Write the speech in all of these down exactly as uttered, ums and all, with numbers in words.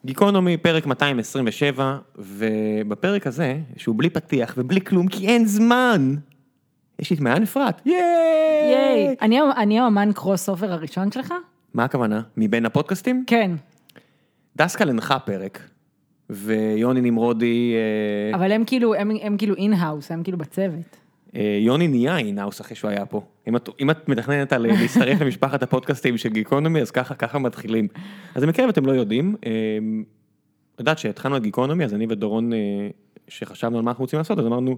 גיקונומי, פרק מאתיים עשרים ושבע, ובפרק הזה, שהוא בלי פתיח ובלי כלום, כי אין זמן, יש לי את מעיין אפרת, ייי! ייי! אני, אני האמן קרוס אובר הראשון שלך? מה הכוונה? מבין הפודקאסטים? כן. דסקל הנחה פרק, ויוני נמרודי... אבל הם כאילו, הם, הם כאילו אין-האוס, הם כאילו בצוות. יוני נהיה אין-האוס אחרי שהוא היה פה. אם את, אם את מתכננת על להצטרף למשפחת הפודקאסטים של גיקונומי, אז ככה, ככה מתחילים. אז במקרה אתם לא יודעים, יודעת שהתחלנו על גיקונומי, אז אני ודורון, שחשבנו על מה אנחנו רוצים לעשות, אז אמרנו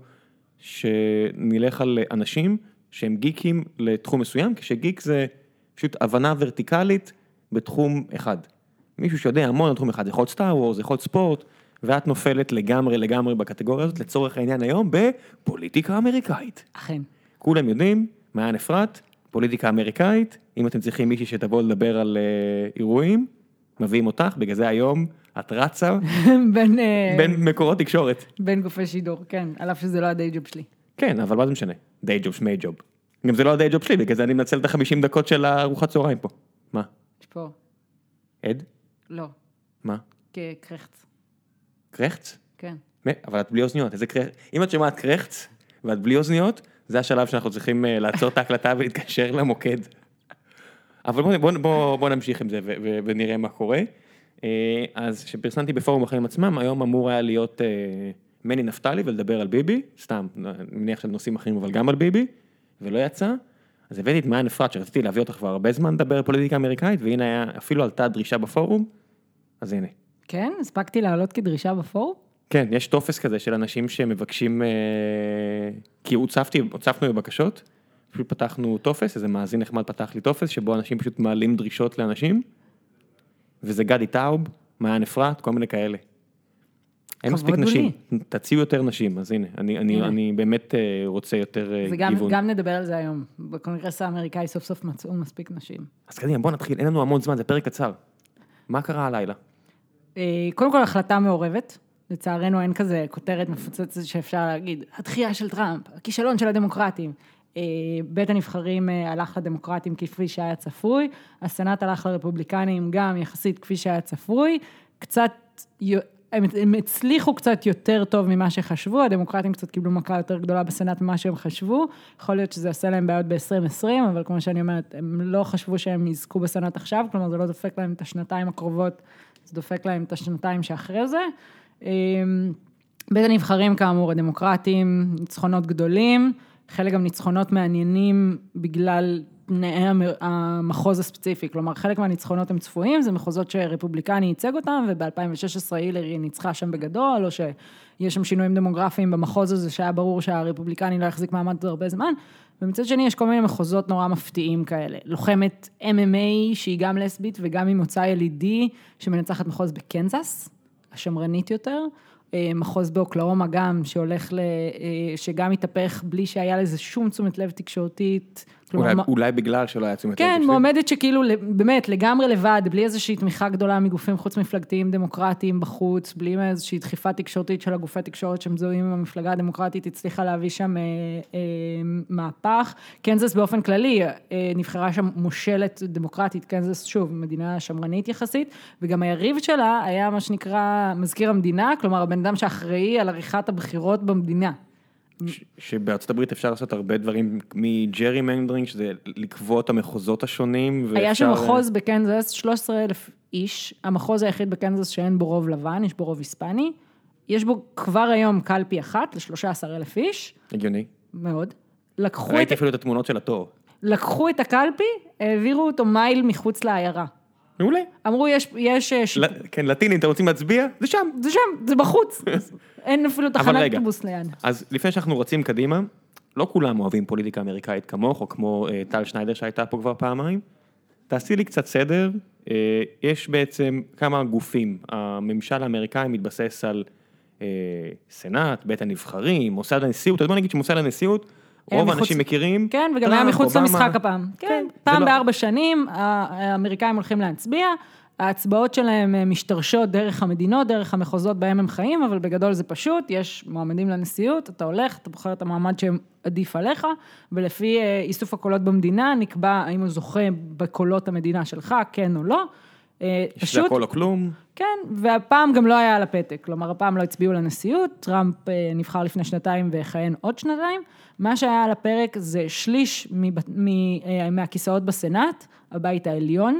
שנלך על אנשים שהם גיקים לתחום מסוים, כשגיק זה פשוט הבנה ורטיקלית בתחום אחד. מישהו שיודע המון על תחום אחד, זה יכול להיות סטאר וורס, זה יכול להיות ספורט, ואת נופלת לגמרי לגמרי בקטגוריה הזאת, לצורך העניין היום בפוליטיקה אמריקאית. אכן. כולם יודעים, מעיין אפרת, פוליטיקה אמריקאית, אם אתם צריכים מישהי שתבוא לדבר על uh, אירועים, מביאים אותך, בגלל זה היום את רצה בין, בין מקורות תקשורת. בין גופי שידור, כן, על אף שזה לא הדיי ג'וב שלי. כן, אבל מה זה משנה? דיי ג'וב, שמי ג'וב. גם זה לא הדיי ג'וב שלי, בגלל זה אני מנצל את ה-חמישים דקות של ארוחת צהריים פה. מה? יש פה. עד? לא. מה? כקרחץ. קרחץ? כן. אבל את בלי אוזניות, איזה קרחץ? אם את שומעת קרחץ ואת בלי אוזניות, זה השלב שאנחנו צריכים לעצור את ההקלטה ולהתקשר למוקד. אבל בוא, בוא, בוא, בוא נמשיך עם זה ו- ו- ונראה מה קורה. אז שפרסמתי בפורום החיים עצמם, היום אמור היה להיות מני נפתלי ולדבר על ביבי, סתם, אני מניח של נושאים אחרים, אבל גם על ביבי, ולא יצא. אז הבאתי את מעיין אפרת, שרציתי להביא אותך כבר הרבה זמן לדבר על פוליטיקה אמריקאית, והנה היה, אפילו עלתה דרישה בפורום, אז הנה. כן? הספקתי לעלות כדרישה בפורום? כן, יש טופס כזה של אנשים שמבקשים, כי הוצפתי, הוצפנו בבקשות, פשוט פתחנו טופס, איזה מאזין נחמד פתח לי טופס, שבו אנשים פשוט מעלים דרישות לאנשים, וזה גדי טאוב, מעיין אפרת, כל מיני כאלה. אין מספיק נשים, תציעו יותר נשים, אז הנה, אני, אני, אני באמת רוצה יותר גיוון. גם נדבר על זה היום, בקונגרס האמריקאי סוף סוף מצאו מספיק נשים. אז קדימה, בוא נתחיל, אין לנו המון זמן, זה פרק קצר. מה קרה הלילה? קודם כל, החלטה מעורבת. לצערנו אין כזה כותרת מפוצצת שאפשר להגיד, התחייה של טראמפ, הכישלון של הדמוקרטים. בית הנבחרים הלך לדמוקרטים כפי שהיה צפוי, הסנאט הלך לרפובליקנים גם יחסית כפי שהיה צפוי, קצת, הם הצליחו קצת יותר טוב ממה שחשבו, הדמוקרטים קצת קיבלו מכה יותר גדולה בסנאט ממה שהם חשבו, יכול להיות שזה עושה להם בעיות ב-עשרים עשרים, אבל כמו שאני אומרת, הם לא חשבו שהם יזכו בסנאט עכשיו, כלומר זה לא דופק להם את השנתיים הקרובות, זה דופק להם את השנתיים שאחרי זה. בית הנבחרים כאמור, הדמוקרטים, ניצחונות גדולים, חלק גם ניצחונות מעניינים בגלל תנאי המחוז הספציפי, כלומר חלק מהניצחונות הם צפויים, זה מחוזות שרפובליקני ייצג אותם, וב-אלפיים ושש עשרה הילרי ניצחה שם בגדול, או שיש שם שינויים דמוגרפיים במחוז הזה, שהיה ברור שהרפובליקני לא יחזיק מעמד הרבה זמן, ומצד שני יש כל מיני מחוזות נורא מפתיעים כאלה, לוחמת אם אם איי שהיא גם לסבית וגם ממוצא ילידי, שמנצחת מחוז בקנזס, השמרנית יותר, מחוז באוקלאומה גם, שהולך ל... שגם התהפך בלי שהיה לזה שום תשומת לב תקשורתית. אולי, אולי בגלל שלא היה תשומת לב תקשורתית. כן, מועמדת שכאילו באמת לגמרי לבד, בלי איזושהי תמיכה גדולה מגופים חוץ מפלגתיים דמוקרטיים בחוץ, בלי איזושהי דחיפה תקשורתית של הגופי תקשורת שמזוהים עם המפלגה הדמוקרטית, הצליחה להביא שם אה, אה, מהפך. קנזס באופן כללי, אה, נבחרה שם מושלת דמוקרטית, קנזס שוב, מדינה שמרנית יחסית, וגם היריב שלה היה מה שנקרא מזכיר המדינה, כלומר הבן אדם שאחראי על עריכת הבחירות במדינה. שבארצות הברית אפשר לעשות הרבה דברים מג'רי מנדרינג, שזה לקבוע את המחוזות השונים. היה שם מחוז בקנזס, שלושה עשר אלף איש, המחוז היחיד בקנזס שאין בו רוב לבן, יש בו רוב היספני, יש בו כבר היום קלפי אחת ל-שלושה עשר אלף איש. הגיוני. מאוד. ראיתי אפילו את התמונות של התור. לקחו את הקלפי, העבירו אותו מייל מחוץ לעיירה. מעולה. אמרו, יש, יש... כן, לטינים, אתם רוצים להצביע? זה שם. זה שם, זה בחוץ. אין אפילו תחנת אוטובוס ליד. אז לפני שאנחנו רצים קדימה, לא כולם אוהבים פוליטיקה אמריקאית כמוך, או כמו טל שניידר שהייתה פה כבר פעמיים. תעשי לי קצת סדר. יש בעצם כמה גופים. הממשל האמריקאי מתבסס על סנאט, בית הנבחרים, מוסד הנשיאות. אז בוא נגיד שמוסד הנשיאות, רוב האנשים מכירים. כן, וגם היה מחוץ למשחק הפעם. כן, פעם בארבע שנים, האמריקאים הולכים להצביע, ההצבעות שלהם משתרשות דרך המדינות, דרך המחוזות בהם הם חיים, אבל בגדול זה פשוט, יש מועמדים לנשיאות, אתה הולך, אתה בוחר את המעמד שעדיף עליך, ולפי איסוף הקולות במדינה, נקבע האם הוא זוכה בקולות המדינה שלך, כן או לא. יש זה הכל או כלום. כן, והפעם גם לא היה על הפתק, כלומר, הפעם לא הצביעו לנשיאות, טראמפ נבחר לפני שנתיים וכהן עוד שנתיים, מה שהיה על הפרק זה שליש מהכיסאות בסנאט, הבית העליון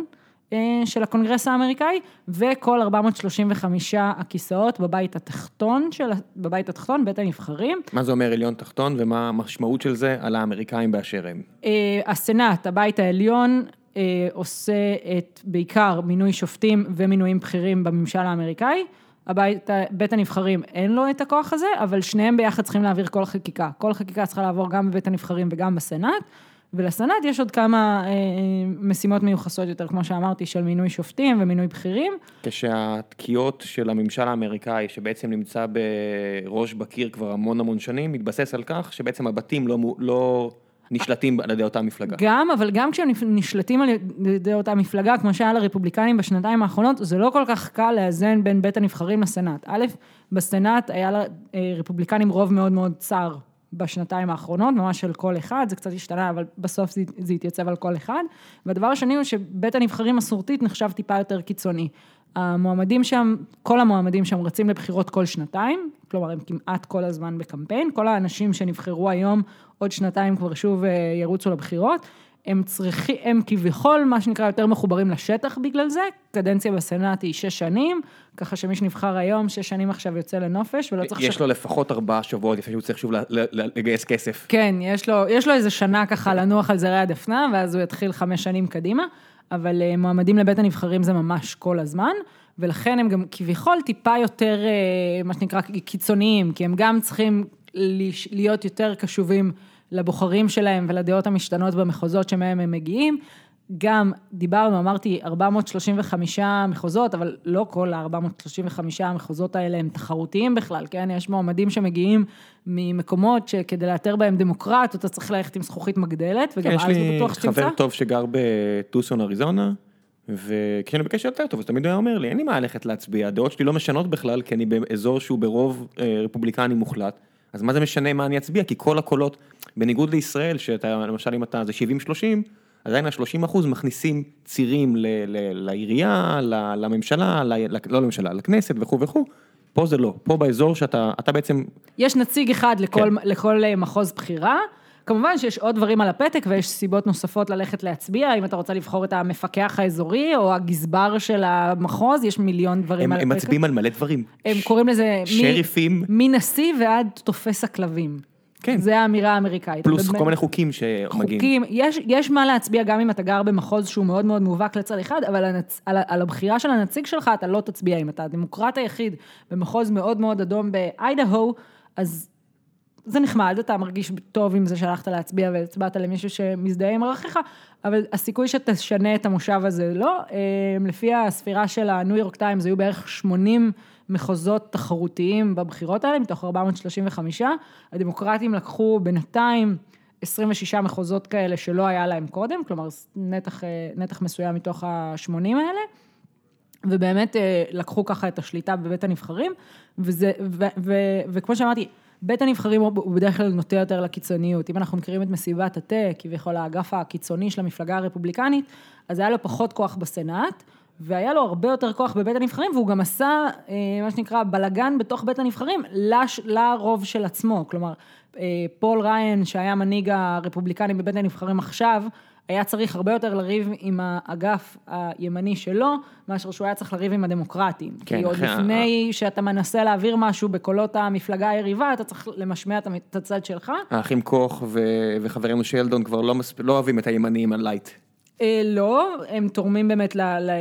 של הקונגרס האמריקאי, וכל ארבע מאות שלושים וחמישה הכיסאות בבית התחתון, של, בבית התחתון, בית הנבחרים. מה זה אומר עליון תחתון, ומה המשמעות של זה על האמריקאים באשר הם? הסנאט, הבית העליון, עושה את בעיקר מינוי שופטים ומינויים בכירים בממשל האמריקאי, הבית, בית הנבחרים אין לו את הכוח הזה, אבל שניהם ביחד צריכים להעביר כל חקיקה. כל חקיקה צריכה לעבור גם בבית הנבחרים וגם בסנאט, ולסנאט יש עוד כמה אה, משימות מיוחסות יותר, כמו שאמרתי, של מינוי שופטים ומינוי בכירים. כשהתקיעות של הממשל האמריקאי, שבעצם נמצא בראש בקיר כבר המון המון שנים, מתבסס על כך שבעצם הבתים לא... לא... נשלטים על ידי אותה מפלגה. גם, אבל גם כשהם נשלטים על ידי אותה מפלגה, כמו שהיה לרפובליקנים בשנתיים האחרונות, זה לא כל כך קל לאזן בין בית הנבחרים לסנאט. א', בסנאט היה לרפובליקנים רוב מאוד מאוד צר בשנתיים האחרונות, ממש של כל אחד, זה קצת השתנה, אבל בסוף זה, זה התייצב על כל אחד. והדבר השני הוא שבית הנבחרים מסורתית נחשב טיפה יותר קיצוני. המועמדים שם, כל המועמדים שם רצים לבחירות כל שנתיים, כלומר הם כמעט כל הזמן בקמפיין, כל האנשים שנבחרו היום עוד שנתיים כבר שוב ירוצו לבחירות, הם צריכים, הם כביכול מה שנקרא יותר מחוברים לשטח בגלל זה, קדנציה בסנאט היא שש שנים, ככה שמי שנבחר היום שש שנים עכשיו יוצא לנופש, ולא צריך... יש לו לפחות ארבעה שבועות לפני שהוא צריך שוב לגייס כסף. כן, יש לו, יש לו איזה שנה ככה לנוח על זרי הדפנה, ואז הוא יתחיל חמש שנים קדימה, אבל מועמדים לבית הנבחרים זה ממש כל הזמן, ולכן הם גם כביכול טיפה יותר, מה שנקרא, קיצוניים, כי הם גם צריכים להיות יותר קשובים לבוחרים שלהם ולדעות המשתנות במחוזות שמהם הם מגיעים. גם דיברנו, אמרתי, ארבע מאות שלושים וחמישה מחוזות, אבל לא כל ה-ארבע מאות שלושים וחמישה המחוזות האלה הם תחרותיים בכלל, כן? יש מועמדים שמגיעים ממקומות שכדי לאתר בהם דמוקרט, אתה צריך ללכת עם זכוכית מגדלת, וגם אז הוא בטוח שתמצא. יש לי חבר טוב שגר בטוסון, אריזונה, וכשאני בקשר יותר טוב, אז תמיד הוא אומר לי, אין לי מה ללכת להצביע, הדעות שלי לא משנות בכלל, כי אני באזור שהוא ברוב רפובליקני מוחלט, אז מה זה משנה מה אני אצביע? כי כל הקולות, בניגוד לישראל, שאתה, למשל אם אתה, זה שבעים שלושים, עדיין ה-שלושים אחוז מכניסים צירים ל- ל- לעירייה, ל- לממשלה, ל- לא לממשלה, לכנסת וכו' וכו'. פה זה לא, פה באזור שאתה, אתה בעצם... יש נציג אחד לכל, כן. לכל מחוז בחירה, כמובן שיש עוד דברים על הפתק, ויש סיבות נוספות ללכת להצביע, אם אתה רוצה לבחור את המפקח האזורי, או הגזבר של המחוז, יש מיליון דברים הם, על הם הפתק. הם מצביעים על מלא דברים. הם ש... קוראים לזה... שריפים. מנשיא ועד תופס הכלבים. כן. זה האמירה האמריקאית. פלוס כל מיני חוקים שמגיעים. חוקים, יש, יש מה להצביע גם אם אתה גר במחוז שהוא מאוד מאוד מובהק לצד אחד, אבל הנצ... על, על הבחירה של הנציג שלך אתה לא תצביע. אם אתה הדמוקרט היחיד במחוז מאוד מאוד אדום באיידהו, אז זה נחמד, אתה מרגיש טוב עם זה שהלכת להצביע והצבעת למישהו שמזדהה עם ערכיך, אבל הסיכוי שתשנה את המושב הזה לא. לפי הספירה של הניו יורק טיימס, היו בערך שמונים מחוזות תחרותיים בבחירות האלה, מתוך ארבע מאות שלושים וחמישה, הדמוקרטים לקחו בינתיים עשרים ושישה מחוזות כאלה שלא היה להם קודם, כלומר נתח, נתח מסוים מתוך ה-שמונים האלה, ובאמת לקחו ככה את השליטה בבית הנבחרים, וזה, ו, ו, וכמו שאמרתי, בית הנבחרים הוא בדרך כלל נוטה יותר לקיצוניות. אם אנחנו מכירים את מסיבת התה, כביכול האגף הקיצוני של המפלגה הרפובליקנית, אז היה לו פחות כוח בסנאט, והיה לו הרבה יותר כוח בבית הנבחרים, והוא גם עשה, מה שנקרא, בלגן בתוך בית הנבחרים, לש, לרוב של עצמו. כלומר, פול ריין, שהיה מנהיג הרפובליקני בבית הנבחרים עכשיו, היה צריך הרבה יותר לריב עם האגף הימני שלו, מאשר שהוא היה צריך לריב עם הדמוקרטים. כן, כי עוד לפני שאתה מנסה להעביר משהו בקולות המפלגה היריבה, אתה צריך למשמע את הצד שלך. האחים קוך ו- וחברינו שלדון כבר לא, מספ... לא אוהבים את הימניים הלייט. לא, הם תורמים באמת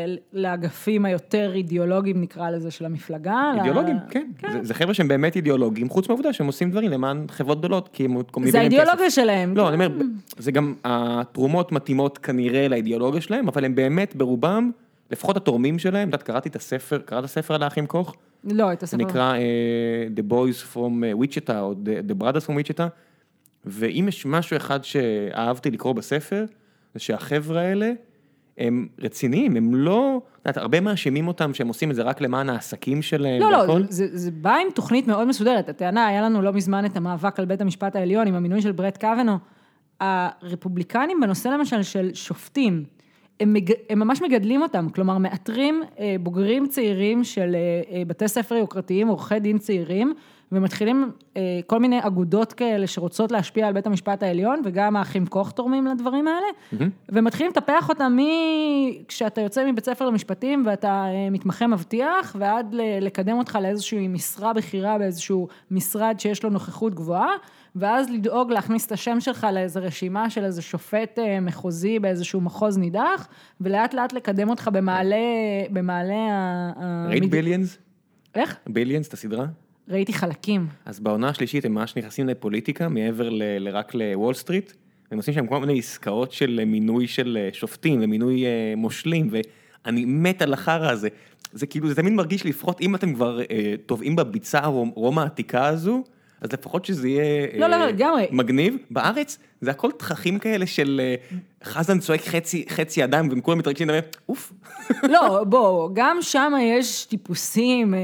לאגפים היותר אידיאולוגיים, נקרא לזה, של המפלגה. אידיאולוגיים, כן. זה חבר'ה שהם באמת אידיאולוגיים, חוץ מהעובדה שהם עושים דברים למען חברות גדולות, כי הם מבינים כסף. זה האידיאולוגיה שלהם. לא, אני אומר, זה גם התרומות מתאימות כנראה לאידיאולוגיה שלהם, אבל הם באמת ברובם, לפחות התורמים שלהם, את קראתי את הספר, קראת הספר על האחים קוך? לא, את הספר. נקרא The Boys from Wichita, או The Brothers from Wichita, ואם יש משהו אחד שאהבתי לקרוא בספר, זה שהחבר'ה האלה הם רציניים, הם לא, יודעת, הרבה מאשימים אותם שהם עושים את זה רק למען העסקים שלהם. לא, לא, זה, זה בא עם תוכנית מאוד מסודרת. הטענה, היה לנו לא מזמן את המאבק על בית המשפט העליון, עם המינוי של ברט קוונו. הרפובליקנים בנושא למשל של שופטים, הם, מג... הם ממש מגדלים אותם, כלומר, מאתרים אה, בוגרים צעירים של אה, בתי ספר יוקרתיים, עורכי דין צעירים, ומתחילים אה, כל מיני אגודות כאלה שרוצות להשפיע על בית המשפט העליון, וגם האחים כוח תורמים לדברים האלה, mm-hmm. ומתחילים לטפח אותם כשאתה יוצא מבית ספר למשפטים, ואתה אה, מתמחה מבטיח, ועד ל- לקדם אותך לאיזושהי משרה בחירה, באיזשהו משרד שיש לו נוכחות גבוהה, ואז לדאוג להכניס את השם שלך לאיזו רשימה של איזה שופט מחוזי באיזשהו מחוז נידח, ולאט לאט לקדם אותך במעלה, במעלה ה... ראית ביליאנס? איך? ביליאנס, את הסדרה? ראיתי חלקים. אז בעונה השלישית הם ממש נכנסים לפוליטיקה, מעבר ל- רק לוול סטריט, הם עושים שם כל מיני עסקאות של מינוי של שופטים, ומינוי מושלים, ואני מת על החרא הזה. זה כאילו, זה תמיד מרגיש לפחות, אם אתם כבר אה, טובעים בביצה רומא העתיקה הזו, אז לפחות שזה יהיה לא, לא, לגמרי. מגניב. בארץ זה הכל תככים כאלה של חזן צועק חצי, חצי אדם, והם כולם מתרגשים לדבר, אוף. לא, בוא, גם שם יש טיפוסים,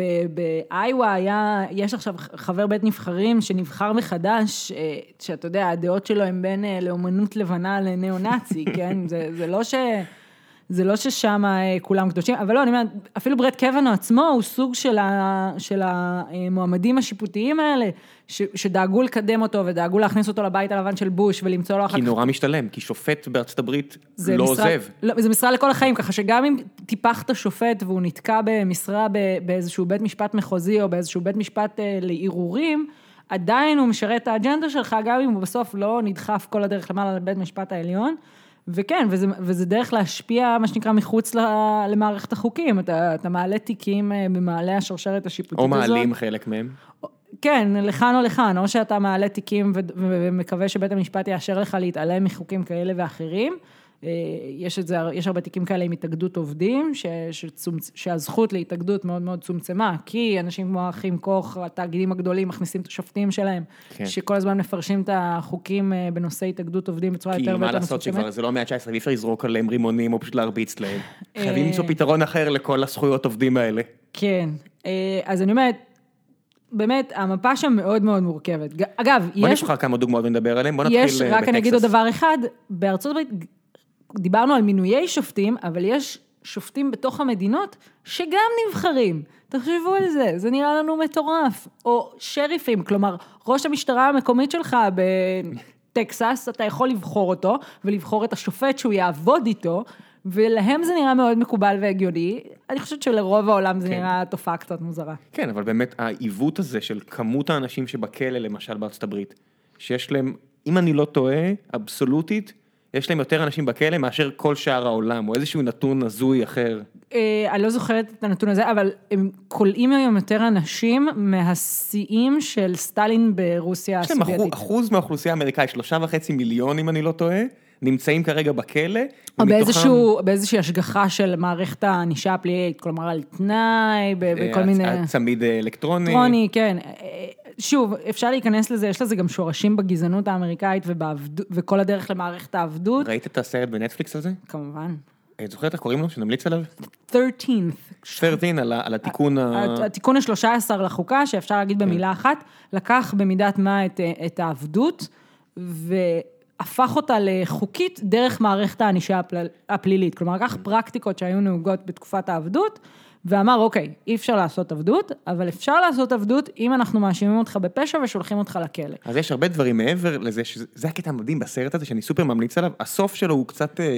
באיווה היה, יש עכשיו חבר בית נבחרים שנבחר מחדש, שאתה יודע, הדעות שלו הם בין לאומנות לבנה לנאו-נאצי, כן? זה, זה לא ש... זה לא ששם כולם קדושים, אבל לא, אני אומרת, אפילו ברט קוונו עצמו הוא סוג של, ה, של המועמדים השיפוטיים האלה, ש, שדאגו לקדם אותו ודאגו להכניס אותו לבית הלבן של בוש ולמצוא לו אחר כך. כי נורא משתלם, כי שופט בארצות הברית לא משרה, עוזב. לא, זה משרה לכל החיים, ככה שגם אם טיפחת שופט והוא נתקע במשרה באיזשהו בית משפט מחוזי או באיזשהו בית משפט לערעורים, עדיין הוא משרת את האג'נדה שלך, גם אם הוא בסוף לא נדחף כל הדרך למעלה לבית משפט העליון, וכן, וזה, וזה דרך להשפיע, מה שנקרא, מחוץ למערכת החוקים. אתה, אתה מעלה תיקים במעלה השרשרת השיפוטית הזאת. או מעלים חלק מהם. כן, לכאן או לכאן, או שאתה מעלה תיקים ומקווה שבית המשפט יאשר לך להתעלם מחוקים כאלה ואחרים. יש את זה, יש הרבה תיקים כאלה עם התאגדות עובדים, ש, שצומצ, שהזכות להתאגדות מאוד מאוד צומצמה, כי אנשים כמו האחים כוח, התאגידים הגדולים מכניסים את השופטים שלהם, כן. שכל הזמן מפרשים את החוקים בנושא התאגדות עובדים בצורה יותר... כי מה לעשות שכבר זה לא המאה ה-תשע עשרה, אי אפשר לזרוק עליהם רימונים או פשוט להרביץ להם. חייבים למצוא פתרון אחר לכל הזכויות עובדים האלה. כן, אז אני אומרת, באמת, המפה שם מאוד מאוד מורכבת. אגב, בוא יש... נבחר כמה דוגמאות ונדבר עליהם, בוא נתחיל בטקסס. יש, רק אני אגיד עוד דבר אחד, בארצות הברית... דיברנו על מינויי שופטים, אבל יש שופטים בתוך המדינות שגם נבחרים. תחשבו על זה, זה נראה לנו מטורף. או שריפים, כלומר, ראש המשטרה המקומית שלך בטקסס, אתה יכול לבחור אותו, ולבחור את השופט שהוא יעבוד איתו, ולהם זה נראה מאוד מקובל והגיוני. אני חושבת שלרוב העולם זה כן. נראה תופעה קצת מוזרה. כן, אבל באמת העיוות הזה של כמות האנשים שבכלא, למשל בארצות הברית, שיש להם, אם אני לא טועה, אבסולוטית, יש להם יותר אנשים בכלא מאשר כל שאר העולם, או איזשהו נתון הזוי אחר. אני לא זוכרת את הנתון הזה, אבל הם קולעים היום יותר אנשים מהשיאים של סטלין ברוסיה הסובייטית. יש להם אחוז מהאוכלוסייה האמריקאית, שלושה וחצי מיליון, אם אני לא טועה, נמצאים כרגע בכלא. או באיזושהי השגחה של מערכת הענישה הפלילית, כלומר על תנאי, בכל מיני... צמיד אלקטרוני. אלקטרוני, כן. שוב, אפשר להיכנס לזה, יש לזה גם שורשים בגזענות האמריקאית וכל הדרך למערכת העבדות. ראית את הסרט בנטפליקס הזה? כמובן. את זוכרת איך קוראים לו, שנמליץ עליו? שלוש עשרה. שלוש עשרה, על התיקון ה... התיקון ה-שלוש עשרה לחוקה, שאפשר להגיד במילה אחת, לקח במידת מה את העבדות, והפך אותה לחוקית דרך מערכת הענישה הפלילית. כלומר, לקח פרקטיקות שהיו נהוגות בתקופת העבדות, ואמר, אוקיי, אי אפשר לעשות עבדות, אבל אפשר לעשות עבדות אם אנחנו מאשימים אותך בפשע ושולחים אותך לכלא. אז יש הרבה דברים מעבר לזה, שזה הקטע המדהים בסרט הזה, שאני סופר ממליץ עליו, הסוף שלו הוא קצת אה,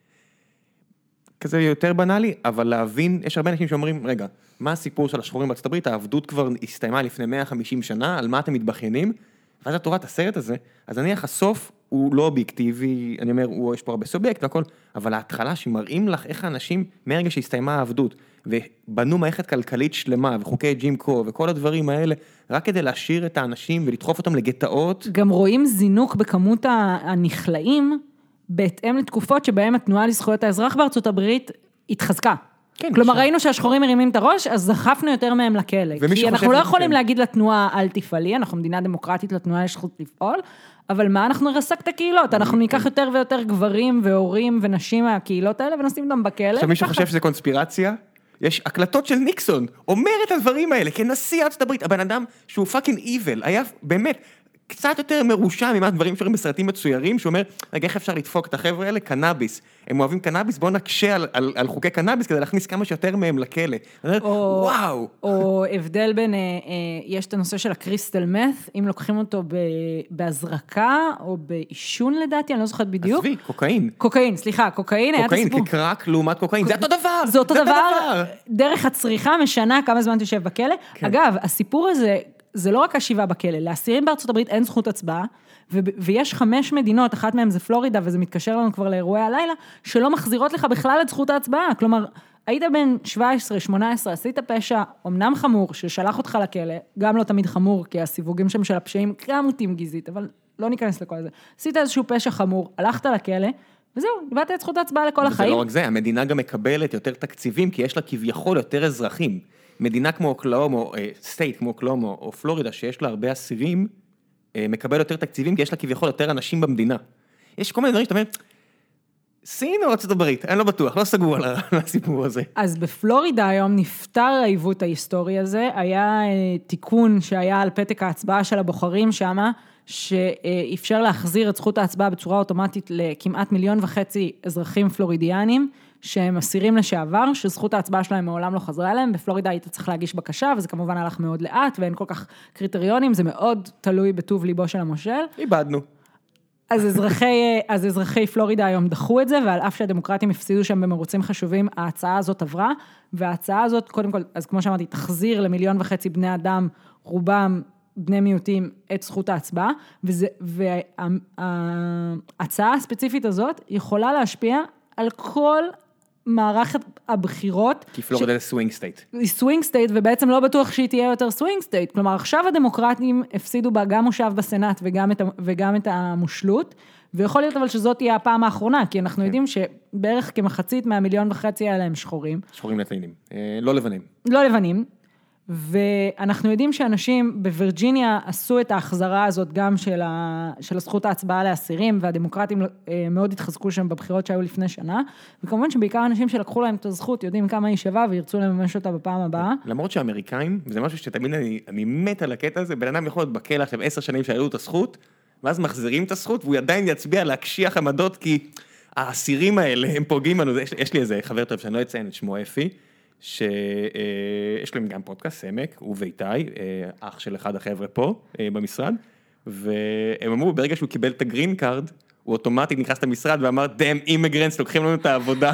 כזה יותר בנאלי, אבל להבין, יש הרבה אנשים שאומרים, רגע, מה הסיפור של השחורים בארצות הברית, העבדות כבר הסתיימה לפני מאה וחמישים שנה, על מה אתם מתבחנים, ואז את רואה את הסרט הזה, אז נניח הסוף הוא לא אובייקטיבי, אני אומר, הוא, יש פה הרבה סובייקט והכל, אבל ההתחלה שמראים לך איך האנשים, מהרגע שהסתיימה העבדות, ובנו מערכת כלכלית שלמה, וחוקי ג'ים קו, וכל הדברים האלה, רק כדי להשאיר את האנשים ולדחוף אותם לגטאות. גם רואים זינוק בכמות הנכלאים, בהתאם לתקופות שבהם התנועה לזכויות האזרח בארצות הברית התחזקה. כן, כלומר, שם. ראינו שהשחורים מרימים את הראש, אז דחפנו יותר מהם לכלא. כי אנחנו לא יכולים כן. להגיד לתנועה אל תפעלי, אנחנו מדינה דמוקרטית, לתנועה יש זכות לפעול, אבל מה אנחנו נרסק את הקהילות? אנחנו ניקח יותר ויותר גברים והורים ונשים מהקהילות האלה, ונשים אותם בכלא. עכשיו מישהו חושב שזה קונספירציה? יש הקלטות של ניקסון, אומר את הדברים האלה, כנשיא ארצות הברית, הבן אדם שהוא פאקינג איבל, היה באמת, קצת יותר מרושע ממה דברים שרואים בסרטים מצוירים, שאומר, רגע, איך אפשר לדפוק את החבר'ה האלה? קנאביס. הם אוהבים קנאביס, בואו נקשה על, על, על חוקי קנאביס, כדי להכניס כמה שיותר מהם לכלא. או, וואו. או הבדל בין, אה, אה, יש את הנושא של הקריסטל מת, אם לוקחים אותו ב, בהזרקה, או באישון לדעתי, אני לא זוכרת בדיוק. עזבי, קוקאין. קוקאין, סליחה, קוקאין היה את הסיפור. קוקאין כקרק לעומת קוקאין, זה אותו דבר. זה אותו דבר, דרך הצריכה משנה כמה זמן תשב בכלא. אגב, הסיפור הזה, זה לא רק השיבה בכלא, לאסירים בארצות הברית אין זכות הצבעה, ו- ויש חמש מדינות, אחת מהן זה פלורידה, וזה מתקשר לנו כבר לאירועי הלילה, שלא מחזירות לך בכלל את זכות ההצבעה, כלומר, היית בן שבע עשרה שמונה עשרה, עשית פשע, אמנם חמור, ששלח אותך לכלא, גם לא תמיד חמור, כי הסיווגים שם של הפשעים גם מוטים גזעית, אבל לא ניכנס לכל זה. עשית איזשהו פשע חמור, הלכת לכלא, וזהו, הבאת את זכות ההצבעה לכל החיים. זה לא רק זה, המדינה גם מקבלת יותר תקציבים, כי יש לה כביכול יותר אזרחים. מדינה כמו אוקלהומה, או סטייט כמו אוקלהומה, או פלורידה, שיש לה הרבה אסירים, מקבל יותר תקציבים, כי יש לה כביכול יותר אנשים במדינה. יש כל מיני דברים שאתה אומר, סין או ארצות הברית? אני לא בטוח, לא סגור על הסיפור הזה. אז בפלורידה היום נפטר העיוות ההיסטורי הזה, היה תיקון שהיה על פתק ההצבעה של הבוחרים שמה, שאפשר להחזיר את זכות ההצבעה בצורה אוטומטית לכמעט מיליון וחצי אזרחים פלורידיאנים, שהם אסירים לשעבר, שזכות ההצבעה שלהם מעולם לא חזרה אליהם, בפלורידה היית צריך להגיש בקשה, וזה כמובן הלך מאוד לאט, ואין כל כך קריטריונים, זה מאוד תלוי בטוב ליבו של המושל. איבדנו. אז אזרחי, אז אזרחי פלורידה היום דחו את זה, ועל אף שהדמוקרטים הפסידו שם במרוצים חשובים, ההצעה הזאת עברה, וההצעה הזאת, קודם כל, אז כמו שאמרתי, תחזיר למיליון וחצי בני אדם, רובם בני מיעוטים, את זכות ההצבעה, וזה, וההצעה הספציפית הזאת יכולה להשפיע על כל מערכת הבחירות. כי פלורידה זה סווינג סטייט. היא סווינג סטייט, ובעצם לא בטוח שהיא תהיה יותר סווינג סטייט. כלומר, עכשיו הדמוקרטים הפסידו בה גם מושב בסנאט וגם את, וגם את המושלות, ויכול להיות אבל שזאת תהיה הפעם האחרונה, כי אנחנו יודעים שבערך כמחצית מהמיליון וחצי האלה הם שחורים. שחורים לבנים, לא לבנים. לא לבנים. ואנחנו יודעים שאנשים בווירג'יניה עשו את ההחזרה הזאת גם של, ה, של הזכות ההצבעה לאסירים, והדמוקרטים מאוד התחזקו שם בבחירות שהיו לפני שנה, וכמובן שבעיקר אנשים שלקחו להם את הזכות יודעים כמה היא שווה וירצו לממש אותה בפעם הבאה. למרות שהאמריקאים, וזה משהו שתמיד אני, אני מת על הקטע הזה, בן אדם יכול להיות בכלא עכשיו עשר שנים שהיו את הזכות, ואז מחזירים את הזכות, והוא עדיין יצביע להקשיח עמדות, כי האסירים האלה הם פוגעים לנו. יש, יש לי איזה חבר טוב שאני לא אציין את שמו אפי, שיש להם גם פודקאסט, סמק, הוא ואיתי, אח של אחד החבר'ה פה במשרד, והם אמרו, ברגע שהוא קיבל את הגרין קארד, הוא אוטומטית נכנס למשרד ואמר, damn immigrants, לוקחים לנו את העבודה.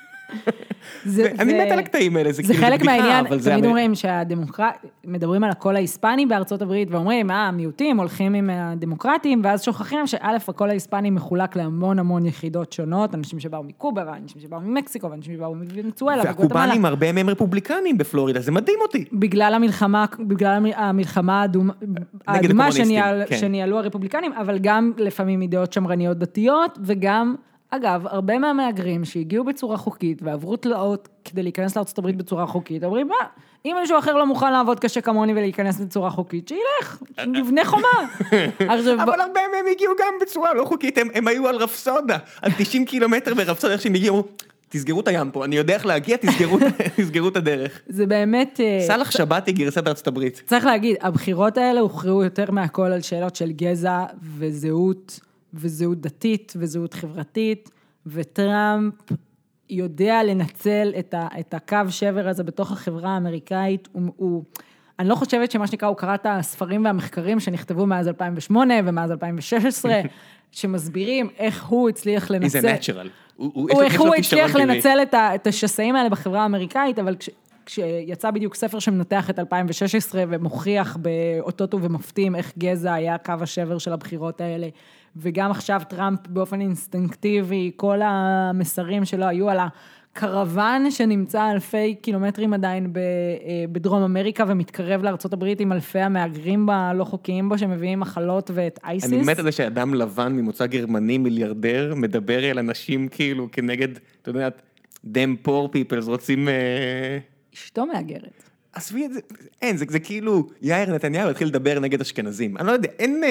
אני מת על הקטעים האלה, זה חלק מהעניין, תמיד אומרים שהדמוקרט, מדברים על הקול ההיספני בארצות הברית, ואומרים, מה, המיעוטים הולכים עם הדמוקרטים, ואז שוכחים שא' הקול ההיספני מחולק להמון המון יחידות שונות, אנשים שבאו מקובה, ואנשים שבאו ממקסיקו, ואנשים שבאו מוונצואלה, והקובנים הרבה מהם רפובליקנים בפלורידה, זה מדהים אותי. בגלל המלחמה, בגלל המלחמה האדומה שניהלו הרפובליקנים, אבל גם לפעמים אידאות שמרניות דתיות, וגם אגב, הרבה מהמהגרים שהגיעו בצורה חוקית ועברו תלאות כדי להיכנס לארצות הברית בצורה חוקית, אומרים, מה, אם מישהו אחר לא מוכן לעבוד קשה כמוני ולהיכנס בצורה חוקית, שילך, נבנה חומה. אבל הרבה מהם הגיעו גם בצורה לא חוקית, הם היו על רפסודה, על תשעים קילומטר ברפסודה, איך שהם הגיעו, תסגרו את הים פה, אני יודע איך להגיע, תסגרו את הדרך. זה באמת סלח שבתי גרסת ארצות הברית. צריך להגיד, הבחירות האלה הוכרעו יותר מהכל על שאלות של גזע וזהות, וזהות דתית, וזהות חברתית, וטראמפ יודע לנצל את, ה, את הקו שבר הזה בתוך החברה האמריקאית, הוא, הוא, אני לא חושבת שמה שנקרא, הוא קרא את הספרים והמחקרים שנכתבו מאז אלפיים ושמונה ומאז אלפיים ושש עשרה, שמסבירים איך הוא הצליח לנצל, He's a natural. הוא, הוא, הוא, איך הוא הצליח לנצל את, ה, את השסעים האלה בחברה האמריקאית, אבל כש, כשיצא בדיוק ספר שמנתח את אלפיים ושש עשרה, ומוכיח באותות ובמופתים איך גזע היה קו השבר של הבחירות האלה, וגם עכשיו טראמפ באופן אינסטינקטיבי, כל המסרים שלו היו על הקרוון שנמצא אלפי קילומטרים עדיין בדרום אמריקה, ומתקרב לארצות הברית עם אלפי המהגרים הלא חוקיים בו, שמביאים מחלות ואת אייסיס. אני מת על זה שאדם לבן ממוצא גרמני מיליארדר, מדבר על אנשים כאילו כנגד, אתה יודע, them poor people, רוצים... אשתו מהגרת. עזבי את זה, אין, זה, זה כאילו, יאיר נתניהו התחיל לדבר נגד אשכנזים. אני לא יודע, אין...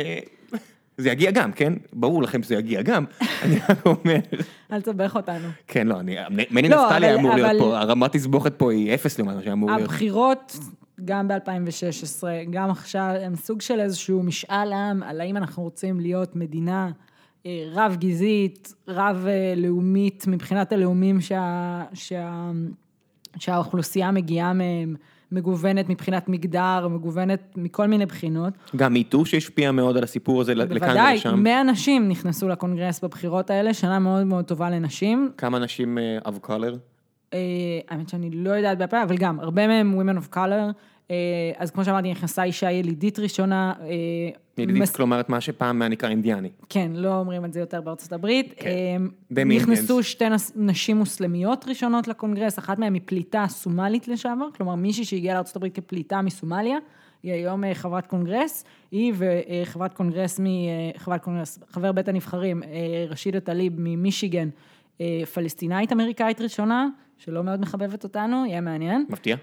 זה יגיע גם, כן? ברור לכם שזה יגיע גם. אני רק אומר... אל תסבך אותנו. כן, לא, אני... מני נפתלי אמור להיות פה, הרמת תסבוכת פה היא אפס לעומת מה שאמור להיות. הבחירות, גם ב-אלפיים ושש עשרה, גם עכשיו, הם סוג של איזשהו משאל עם, על האם אנחנו רוצים להיות מדינה רב גזעית, רב לאומית, מבחינת הלאומים שה, שה, שהאוכלוסייה מגיעה מהם, מגוונת מבחינת מגדר, מגוונת מכל מיני בחינות. גם מיטו שהשפיע מאוד על הסיפור הזה לכאן ולשם. בוודאי, מאה נשים נכנסו לקונגרס בבחירות האלה, שנה מאוד מאוד טובה לנשים. כמה נשים of color? האמת שאני לא יודעת בהפעם, אבל גם, הרבה מהם women of color, אז כמו שאמרתי, נכנסה אישה ילידית ראשונה. ילידית, כלומר, מה שפעם נקרא אינדיאני. כן, לא אומרים את זה יותר בארצות הברית. כן. נכנסו שתי נשים מוסלמיות ראשונות לקונגרס, אחת מהן היא פליטה סומלית לשעבר, כלומר מישהי שהגיעה לארצות הברית כפליטה מסומליה, היא היום חברת קונגרס, היא וחברת קונגרס, חברת קונגרס, חבר בית הנבחרים, רשידה טליב ממישיגן, פלסטינאית אמריקאית ראשונה, שלא מאוד מחבבת אותנו, יהיה מעניין. מפתיע.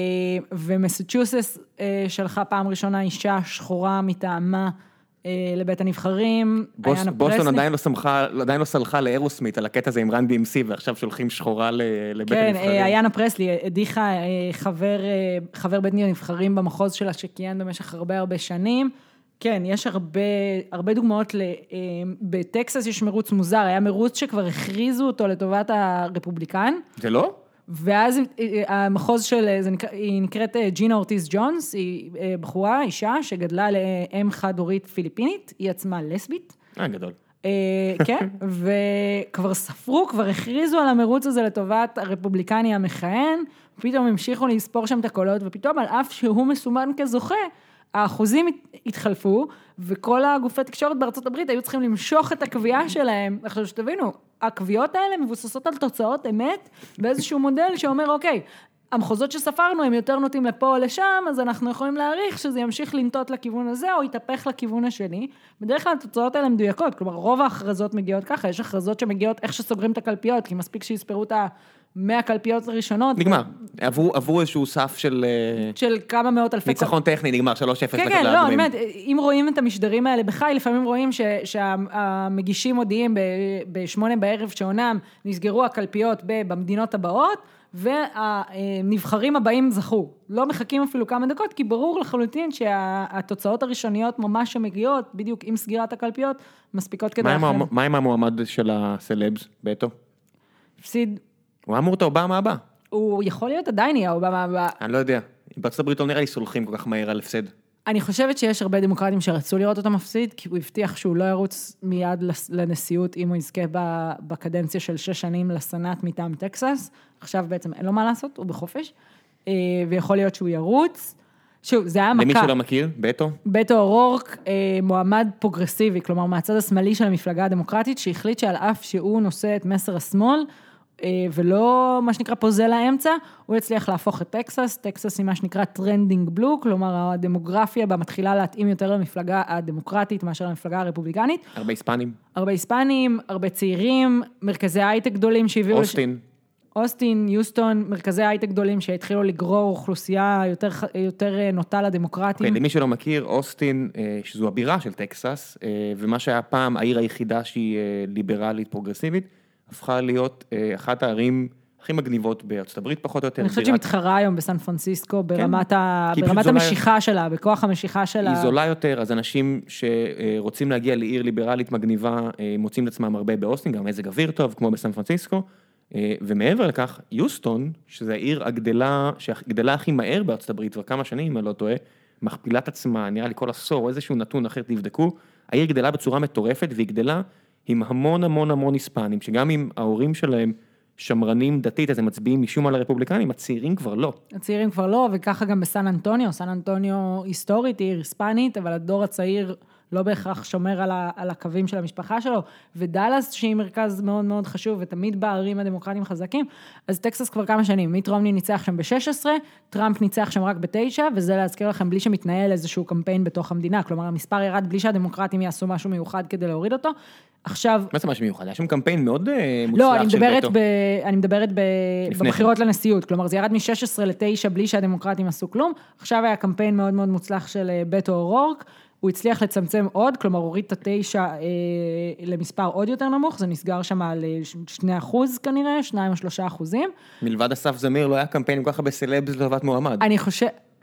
ומסצ'וסס שלחה פעם ראשונה אישה שחורה מטעמה לבית הנבחרים. בוסטון עדיין לא סמכה, עדיין לא סלחה לאירוסמית על הקטע הזה עם רן די אם סי, ועכשיו שולחים שחורה לבית הנבחרים. כן, איינה פרסלי הדיחה חבר, חבר בית הנבחרים במחוז שלה שכיהן במשך הרבה הרבה שנים. כן, יש הרבה, הרבה דוגמאות, בטקסס יש מרוץ מוזר, היה מרוץ שכבר הכריזו אותו לטובת הרפובליקן. זה לא? ואז המחוז של, היא נקראת ג'ינה אורטיס ג'ונס, היא בחורה, אישה, שגדלה לאם חד-הורית פיליפינית, היא עצמה לסבית. אה, גדול. כן, וכבר ספרו, כבר הכריזו על המרוץ הזה לטובת הרפובליקני המכהן, פתאום המשיכו לספור שם את הקולות, ופתאום על אף שהוא מסומן כזוכה, האחוזים התחלפו, וכל הגופי תקשורת בארצות הברית היו צריכים למשוך את הקביעה שלהם. עכשיו שתבינו, הקביעות האלה מבוססות על תוצאות אמת, באיזשהו מודל שאומר, אוקיי, המחוזות שספרנו הם יותר נוטים לפה או לשם, אז אנחנו יכולים להעריך שזה ימשיך לנטות לכיוון הזה, או יתהפך לכיוון השני. בדרך כלל התוצאות האלה מדויקות, כלומר רוב ההכרזות מגיעות ככה, יש הכרזות שמגיעות איך שסוגרים את הקלפיות, כי מספיק שיספרו את המאה קלפיות הראשונות. נגמר, עברו, עברו איזשהו סף של... של כמה מאות אלפי... ניצחון טכני, נגמר, שלוש אפס. כן, כן, לא, אני אומרת, אם רואים את המשדרים האלה בחי, לפעמים רואים שהמגישים מודיעים בשמונה בערב שעונם נסגרו הקלפיות במדינות הבאות, והנבחרים הבאים זכו. לא מחכים אפילו כמה דקות, כי ברור לחלוטין שהתוצאות הראשוניות ממש שמגיעות, בדיוק עם סגירת הקלפיות, מספיקות כדי אחר. מה עם המועמד של הסלבס, בטו? הפסיד. הוא אמור את האובמה הבא. הוא יכול להיות עדיין יהיה האובמה הבא. אני לא יודע. בארצות הברית לא נראה לי סולחים כל כך מהר על הפסד. אני חושבת שיש הרבה דמוקרטים שרצו לראות אותו מפסיד, כי הוא הבטיח שהוא לא ירוץ מיד לנשיאות, אם הוא יזכה בקדנציה של שש שנים לסנאט מטעם טקסס. עכשיו בעצם אין לו מה לעשות, הוא בחופש, ויכול להיות שהוא ירוץ. שוב, זה היה מכה. למי שלא מכיר, בטו? בטו אורורק, מועמד פרוגרסיבי, כלומר מהצד השמאלי של המפלגה הדמוקרטית, שהחליט שעל אף שהוא נושא את מסר השמאל, ולא מה שנקרא פוזל לאמצע, הוא הצליח להפוך את טקסס, טקסס היא מה שנקרא טרנדינג בלו, כלומר הדמוגרפיה בה מתחילה להתאים יותר למפלגה הדמוקרטית מאשר למפלגה הרפובליקנית. הרבה היספנים. הרבה היספנים, הרבה צעירים, מרכזי הייטק גדולים שהביאו... אוסטין. לש... אוסטין, יוסטון, מרכזי הייטק גדולים שהתחילו לגרור אוכלוסייה יותר, יותר נוטה לדמוקרטים. כן, למי שלא מכיר, אוסטין, שזו הבירה של טקסס, ומה שהיה פעם העיר היחידה שהיא ליברלית פרוגרסיבית, הפכה להיות אחת הערים הכי מגניבות בארצות הברית, פחות או יותר. אני חושבת שהיא מתחרה היום בסן פרנסיסקו, ברמת המשיכה שלה, בכוח המשיכה שלה. היא זולה יותר, אז אנשים שרוצים להגיע לעיר ליברלית מגניבה, מוצאים לעצמם הרבה באוסטין, גם מזג אוויר טוב, כמו בסן פרנסיסקו, ומעבר לכך, יוסטון, שזו העיר הגדלה, שהגדלה הכי מהר בארצות הברית, כבר כמה שנים, אם אני לא טועה, מכפילת עצמה, נראה לי כל עשור, איזשהו נתון אחר תבדקו, העיר גדלה בצורה מטורפת, והיא גדלה עם המון המון המון היספנים, שגם אם ההורים שלהם שמרנים דתית, אז הם מצביעים משום על הרפובליקנים, הצעירים כבר לא. הצעירים כבר לא, וככה גם בסן אנטוניו, סן אנטוניו היסטורית, היא היספנית, אבל הדור הצעיר לא בהכרח שומר על, ה, על הקווים של המשפחה שלו, ודלס שהיא מרכז מאוד מאוד חשוב, ותמיד בערים הדמוקרטיים חזקים, אז טקסס כבר כמה שנים, מיט רומני ניצח שם ב-שש עשרה, טראמפ ניצח שם רק ב-תשע, וזה להזכיר לכם בלי שמתנהל איזשהו קמפיין בתוך המדינה, כלומר המספר ירד בלי שהדמוקרטים יעשו משהו מיוחד כדי להוריד אותו, עכשיו... מה זה משהו מיוחד? היה שם קמפיין מאוד מוצלח לא, אני מדברת, של ב, אני מדברת ב, בבחירות לנשיאות, כלומר זה ירד מ-שש עשרה ל-תשע בלי שהדמוקרטים עשו כלום, עכשיו היה קמפיין מאוד מאוד מוצלח של בטו אורורק, הוא הצליח לצמצם עוד, כלומר הוריד את התשע אה, למספר עוד יותר נמוך, זה נסגר שם על שני אחוז כנראה, שניים או שלושה אחוזים. מלבד אסף זמיר לא היה קמפיין כל כך בסלבס לטובת מועמד. אני חושב...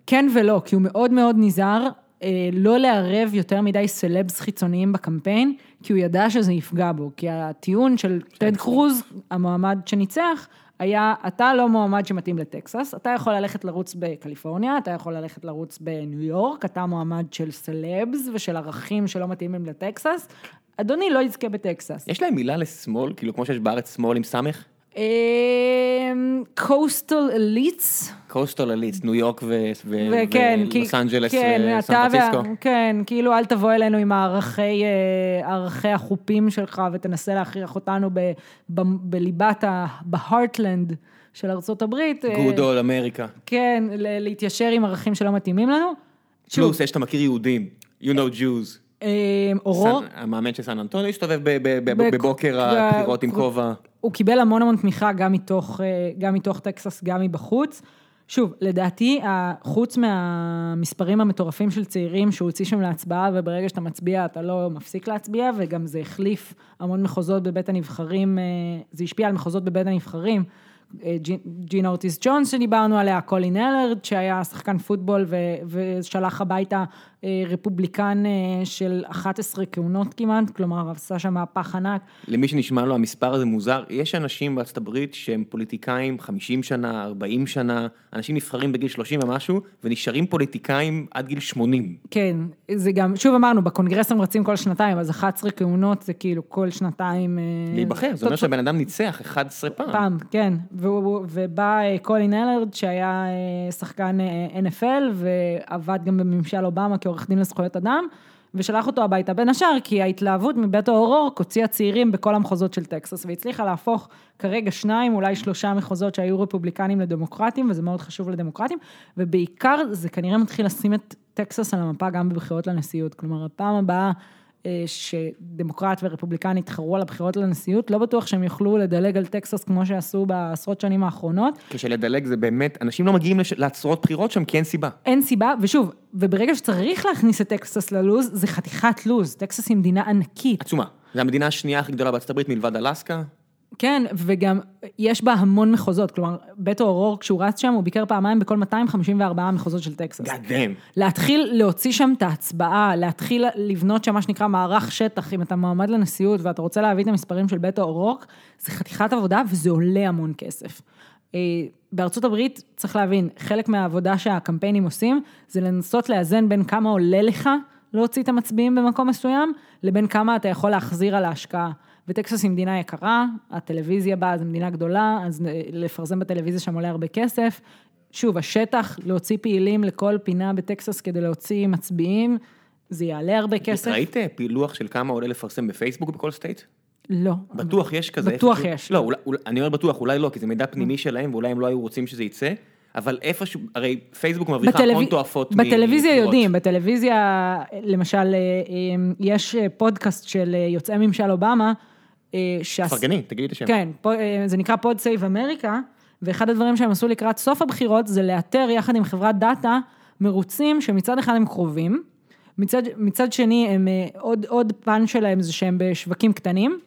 כן ולא, כי הוא מאוד מאוד נזהר לא לערב יותר מדי סלבס חיצוניים בקמפיין, כי הוא ידע שזה יפגע בו, כי הטיעון של טד קרוז, המועמד שניצח, היה, אתה לא מועמד שמתאים לטקסס, אתה יכול ללכת לרוץ בקליפורניה, אתה יכול ללכת לרוץ בניו יורק, אתה מועמד של סלבס ושל ערכים שלא מתאימים לטקסס, אדוני לא יזכה בטקסס. יש להם מילה לשמאל, כאילו כמו שיש בארץ שמאל עם סמך? קוסטל אליטס. קוסטל אליטס, ניו יורק ולוס אנג'לס, סן פרנסיסקו. כן, כאילו אל תבוא אלינו עם הערכי החופים שלך ותנסה להכריח אותנו בליבת, בהארטלנד של ארצות הברית. Good old אמריקה. כן, להתיישר עם ערכים שלא מתאימים לנו. פלוס, יש שאתה מכיר יהודים, you know Jews. אורור. המאמן של סן אנטוניו השתובב בבוקר הבחירות עם כובע. הוא קיבל המון המון תמיכה גם מתוך, גם מתוך טקסס, גם מבחוץ. שוב, לדעתי, חוץ מהמספרים המטורפים של צעירים שהוא הוציא שם להצבעה, וברגע שאתה מצביע אתה לא מפסיק להצביע, וגם זה החליף המון מחוזות בבית הנבחרים, זה השפיע על מחוזות בבית הנבחרים, ג'ינה אורטיס ג'ונס שדיברנו עליה, קולין אלרד שהיה שחקן פוטבול ושלח הביתה רפובליקן של אחת עשרה כהונות כמעט, כלומר עשה שם מהפך ענק. למי שנשמע לו המספר הזה מוזר, יש אנשים בארצות הברית שהם פוליטיקאים חמישים שנה, ארבעים שנה, אנשים נבחרים בגיל שלושים ומשהו, ונשארים פוליטיקאים עד גיל שמונים. כן, זה גם, שוב אמרנו, בקונגרס הם רצים כל שנתיים, אז אחת עשרה כהונות זה כאילו כל שנתיים. להיבחר, זה אומר שהבן אדם ניצח אחת עשרה פעם. פעם, כן, ובא קולין אלרד שהיה שחקן אן אף אל, ועבד גם בממשל אובמה כעורך דין לזכויות אדם, ושלח אותו הביתה בין השאר, כי ההתלהבות מבית האורורק הוציאה צעירים בכל המחוזות של טקסס, והצליחה להפוך כרגע שניים, אולי שלושה מחוזות שהיו רפובליקנים לדמוקרטים, וזה מאוד חשוב לדמוקרטים, ובעיקר זה כנראה מתחיל לשים את טקסס על המפה גם בבחירות לנשיאות, כלומר הפעם הבאה שדמוקרט ורפובליקן יתחרו על הבחירות לנשיאות, לא בטוח שהם יוכלו לדלג על טקסס כמו שעשו בעשרות שנים האחרונות. כשלדלג זה באמת, אנשים לא מגיעים לעצרות בחירות שם כי אין סיבה. אין סיבה, ושוב, וברגע שצריך להכניס את טקסס ללוז, זה חתיכת לוז, טקסס היא מדינה ענקית. עצומה, זה המדינה השנייה הכי גדולה בארצות הברית מלבד אלסקה. כן, וגם יש בה המון מחוזות, כלומר, בית האורור, כשהוא רץ שם, הוא ביקר פעמיים בכל מאתיים חמישים וארבעה מחוזות של טקסס. God damn. להתחיל להוציא שם את ההצבעה, להתחיל לבנות שם מה שנקרא מערך שטח, אם אתה מועמד לנשיאות, ואתה רוצה להביא את המספרים של בית האורור, זה חתיכת עבודה, וזה עולה המון כסף. בארצות הברית, צריך להבין, חלק מהעבודה שהקמפיינים עושים, זה לנסות לאזן בין כמה עולה לך להוציא את המצביעים במקום מסוים, לבין כמה אתה יכול להחזיר על ההשקעה. וטקסס היא מדינה יקרה, הטלוויזיה בה זו מדינה גדולה, אז לפרסם בטלוויזיה שם עולה הרבה כסף. שוב, השטח, להוציא פעילים לכל פינה בטקסס כדי להוציא מצביעים, זה יעלה הרבה כסף. ראית פילוח של כמה עולה לפרסם בפייסבוק בכל סטייט? לא. בטוח יש כזה. בטוח יש. לא, אני אומר בטוח, אולי לא, כי זה מידע פנימי שלהם, ואולי הם לא היו רוצים שזה יצא, אבל איפשהו, הרי פייסבוק מבריחה המון תועפות. בטלוויזיה יודעים, בטלוויזיה, למשל, יש פודקאסט של יוצאי ממשל אובמה, פרגני, תגידי את השם. כן, זה נקרא פוד סייב אמריקה, ואחד הדברים שהם עשו לקראת סוף הבחירות, זה לאתר יחד עם חברת דאטה, מרוצים שמצד אחד הם קרובים, מצד, מצד שני הם, עוד, עוד פן שלהם זה שהם בשווקים קטנים,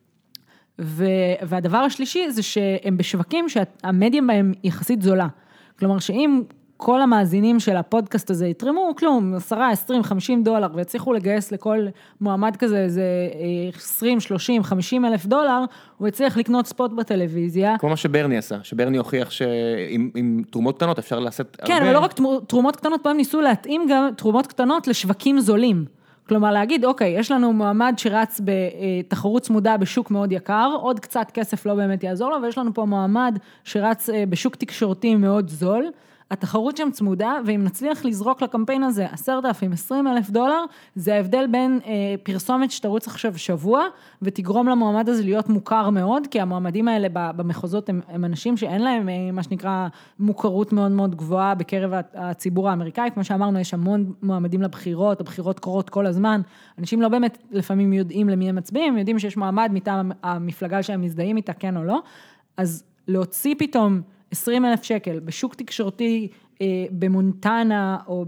ו, והדבר השלישי זה שהם בשווקים שהמדיה בהם יחסית זולה. כלומר שאם כל המאזינים של הפודקאסט הזה יתרמו, כלום, עשרה, עשרים, חמישים דולר, והצליחו לגייס לכל מועמד כזה, איזה עשרים, שלושים, חמישים אלף דולר, הוא הצליח לקנות ספוט בטלוויזיה. כמו מה שברני עשה, שברני הוכיח שעם תרומות קטנות אפשר לעשות הרבה. כן, אבל לא רק תרומות קטנות, פעם ניסו להתאים גם תרומות קטנות לשווקים זולים. כלומר להגיד, אוקיי, יש לנו מועמד שרץ בתחרות צמודה בשוק מאוד יקר, עוד קצת כסף לא באמת יעזור לו, ויש לנו פה מועמד שרץ בשוק תקשורתי מאוד זול, התחרות שם צמודה, ואם נצליח לזרוק לקמפיין הזה עשרת אלפים, עשרים אלף דולר, זה ההבדל בין אה, פרסומת שתרוץ עכשיו שבוע, ותגרום למועמד הזה להיות מוכר מאוד, כי המועמדים האלה במחוזות הם, הם אנשים שאין להם אה, מה שנקרא מוכרות מאוד מאוד גבוהה בקרב הציבור האמריקאי, כמו שאמרנו, יש המון מועמדים לבחירות, הבחירות קורות כל הזמן, אנשים לא באמת לפעמים יודעים למי הם מצביעים, יודעים שיש מועמד מטעם המפלגה שהם מזדהים איתה, כן או לא, אז להוציא פתאום עשרים אלף שקל בשוק תקשורתי אה, במונטנה או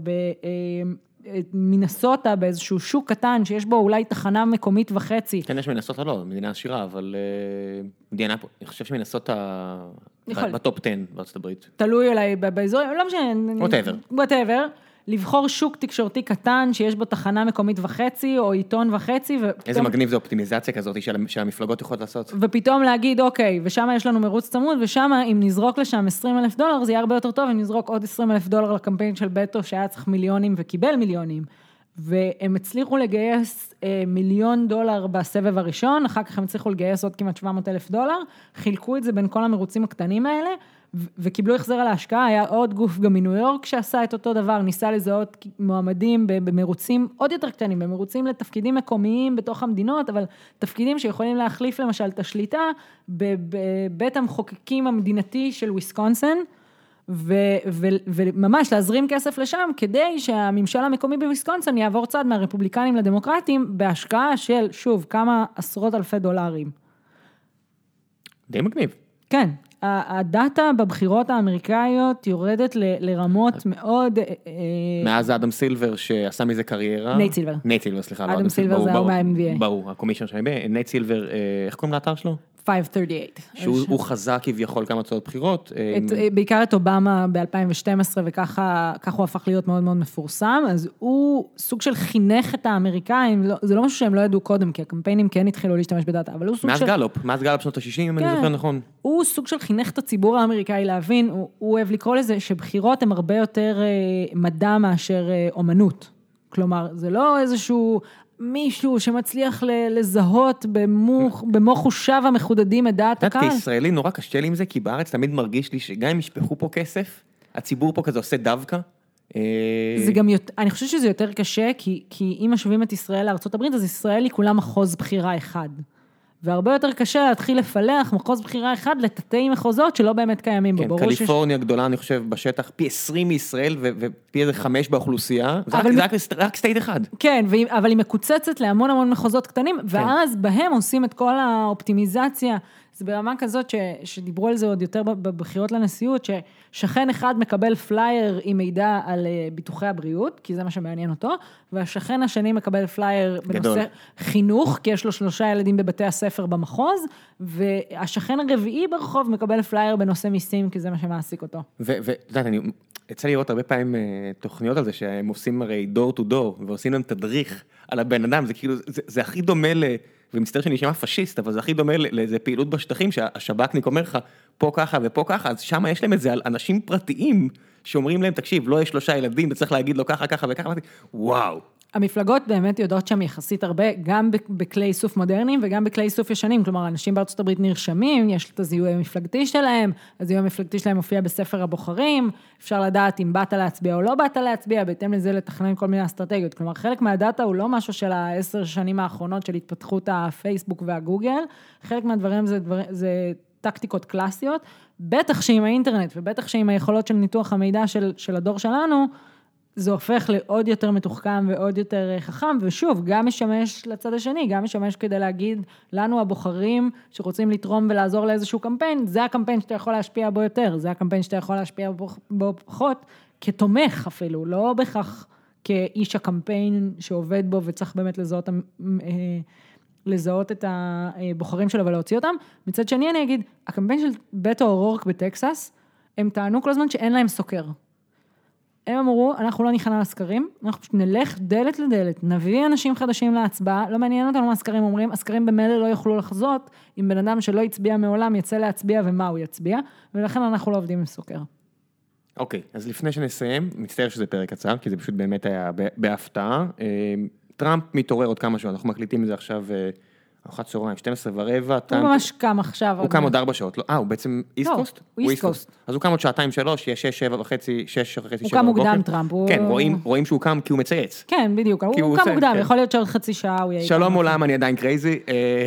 במינסוטה, באיזשהו שוק קטן שיש בו אולי תחנה מקומית וחצי. כן, יש מינסוטה לא, מדינה עשירה, אבל אה, מדינה פה, אני חושב שמינסוטה בטופ עשר בארצות הברית. תלוי אולי באזורים, לא משנה. whatever. whatever. לבחור שוק תקשורתי קטן, שיש בו תחנה מקומית וחצי, או עיתון וחצי, ופתאום... איזה מגניב זה אופטימיזציה כזאת שהמפלגות יכולות לעשות. ופתאום להגיד, אוקיי, ושם יש לנו מרוץ צמוד, ושם אם נזרוק לשם עשרים אלף דולר, זה יהיה הרבה יותר טוב, אם נזרוק עוד עשרים אלף דולר לקמפיין של בטו, שהיה צריך מיליונים וקיבל מיליונים. והם הצליחו לגייס אה, מיליון דולר בסבב הראשון, אחר כך הם הצליחו לגייס עוד כמעט שבע מאות אלף דולר, חילקו את זה בין כל המרוצים הקטנים האלה, וקיבלו החזר על ההשקעה, היה עוד גוף גם מניו יורק שעשה את אותו דבר, ניסה לזהות מועמדים במרוצים עוד יותר קטנים, במרוצים לתפקידים מקומיים בתוך המדינות, אבל תפקידים שיכולים להחליף למשל את השליטה בבית המחוקקים המדינתי של וויסקונסין, ו- ו- וממש להזרים כסף לשם, כדי שהממשל המקומי בוויסקונסין יעבור צד מהרפובליקנים לדמוקרטים, בהשקעה של, שוב, כמה עשרות אלפי דולרים. די מגניב. כן. הדאטה בבחירות האמריקאיות יורדת ל- לרמות מאוד... מאז אדם סילבר שעשה מזה קריירה. נייט סילבר. נייט סילבר, סליחה. אדם סילבר זה הוא מה-אם בי איי. ברור, הקומישיונר של ה-אם בי איי. נייט סילבר, איך קוראים לאתר שלו? חמש שלושים ושמונה. שהוא חזק כביכול כמה צעות בחירות. בעיקר את אובמה ב-אלפיים ושתים עשרה, וככה הוא הפך להיות מאוד מאוד מפורסם, אז הוא סוג של חינך את האמריקאים, זה לא משהו שהם לא ידעו קודם, כי הקמפיינים כן התחילו להשתמש בדאטה, אבל הוא סוג של... מאז גלופ, מאז גלופ שנות ה-שישים, אם אני זוכר נכון. הוא סוג של חינך את הציבור האמריקאי להבין, הוא אוהב לקרוא לזה שבחירות הן הרבה יותר מדע מאשר אומנות. כלומר, זה לא איזשהו... מישהו שמצליח לזהות במוח, במוח חושב המחודדים את דעת הקהל. כישראלי נורא קשה לי עם זה, כי בארץ תמיד מרגיש לי שגם אם ישפכו פה כסף, הציבור פה כזה עושה דווקא. זה גם, אני חושבת שזה יותר קשה, כי, כי אם משווים את ישראל לארצות הברית, אז ישראל היא כולה מחוז בחירה אחד. והרבה יותר קשה להתחיל לפלח מחוז בחירה אחד לתתי מחוזות שלא באמת קיימים. כן, קליפורניה גדולה, אני חושב, בשטח, פי עשרים מישראל ופי איזה חמש באוכלוסייה, זה רק סטייט אחד. כן, אבל היא מקוצצת להמון המון מחוזות קטנים, ואז בהם עושים את כל האופטימיזציה, זה ברמה כזאת שדיברו על זה עוד יותר בבחירות לנשיאות, ששכן אחד מקבל פלייר עם מידע על ביטוחי הבריאות, כי זה מה שמעניין אותו, והשכן השני מקבל פלייר בנושא חינוך, כי יש לו שלושה ילדים בבתי הספר במחוז, והשכן הרביעי ברחוב מקבל פלייר בנושא מיסים, כי זה מה שמעסיק אותו. ואת יודעת, אני יצא לראות הרבה פעמים תוכניות על זה, שהם עושים הרי דור טו דור, ועושים להם תדריך על הבן אדם, זה כאילו, זה הכי דומה ל... ומצטער שאני נשמע פשיסט, אבל זה הכי דומה לאיזה פעילות בשטחים, שהשב"כניק אומר לך, פה ככה ופה ככה, אז שם יש להם את זה על אנשים פרטיים, שאומרים להם, תקשיב, לא יש שלושה ילדים, וצריך להגיד לו ככה, ככה וככה, וואו. המפלגות באמת יודעות שם יחסית הרבה, גם בכלי איסוף מודרניים, וגם בכלי איסוף ישנים, כלומר, אנשים בארצות הברית נרשמים, יש את הזיהוי המפלגתי שלהם, הזיהוי המפלגתי שלהם מופיע בספר הבוחרים, אפשר לדעת אם באת להצביע או לא באת להצביע, בהתאם לזה לתכנן כל מיני אסטרטגיות, כלומר, חלק מהדאטה הוא לא משהו של העשר שנים האחרונות של התפתחות הפייסבוק והגוגל, חלק מהדברים זה, דבר, זה טקטיקות קלאסיות, בטח שעם האינטרנט, ובטח שעם היכולות של ניתוח המידע של, של הדור שלנו, זה הופך לעוד יותר מתוחכם ועוד יותר חכם, ושוב, גם משמש לצד השני, גם משמש כדי להגיד לנו הבוחרים שרוצים לתרום ולעזור לאיזשהו קמפיין, זה הקמפיין שאתה יכול להשפיע בו יותר, זה הקמפיין שאתה יכול להשפיע בו פחות, כתומך אפילו, לא בכך כאיש הקמפיין שעובד בו וצריך באמת לזהות, לזהות את הבוחרים שלו ולהוציא אותם. מצד שני אני אגיד, הקמפיין של בטו אורורק בטקסס, הם טענו כל הזמן שאין להם סוקר. הם אמרו, אנחנו לא ניכנע לסקרים, אנחנו פשוט נלך דלת לדלת, נביא אנשים חדשים להצבעה, לא מעניין אותנו מה הסקרים אומרים, הסקרים במילא לא יוכלו לחזות, אם בן אדם שלא יצביע מעולם יצא להצביע ומה הוא יצביע, ולכן אנחנו לא עובדים עם סוקר. אוקיי, אז לפני שנסיים, מצטער שזה פרק קצר, כי זה פשוט באמת היה בהפתעה, טראמפ מתעורר עוד כמה שעות, אנחנו מקליטים את זה עכשיו, ארוחת צהריים, שתים עשרה ורבע. הוא ממש קם עכשיו. הוא קם עוד ארבע שעות. אה, הוא בעצם איסט קוסט? הוא איסט קוסט. אז הוא קם עוד שעתיים שלוש, יש שש, שבע וחצי, שש וחצי, הוא קם מוקדם טראמפ. כן, רואים שהוא קם כי הוא מצייץ. כן, בדיוק. הוא קם מוקדם, יכול להיות שעוד חצי שעה הוא יהיה. שלום עולם, אני עדיין קרייזי.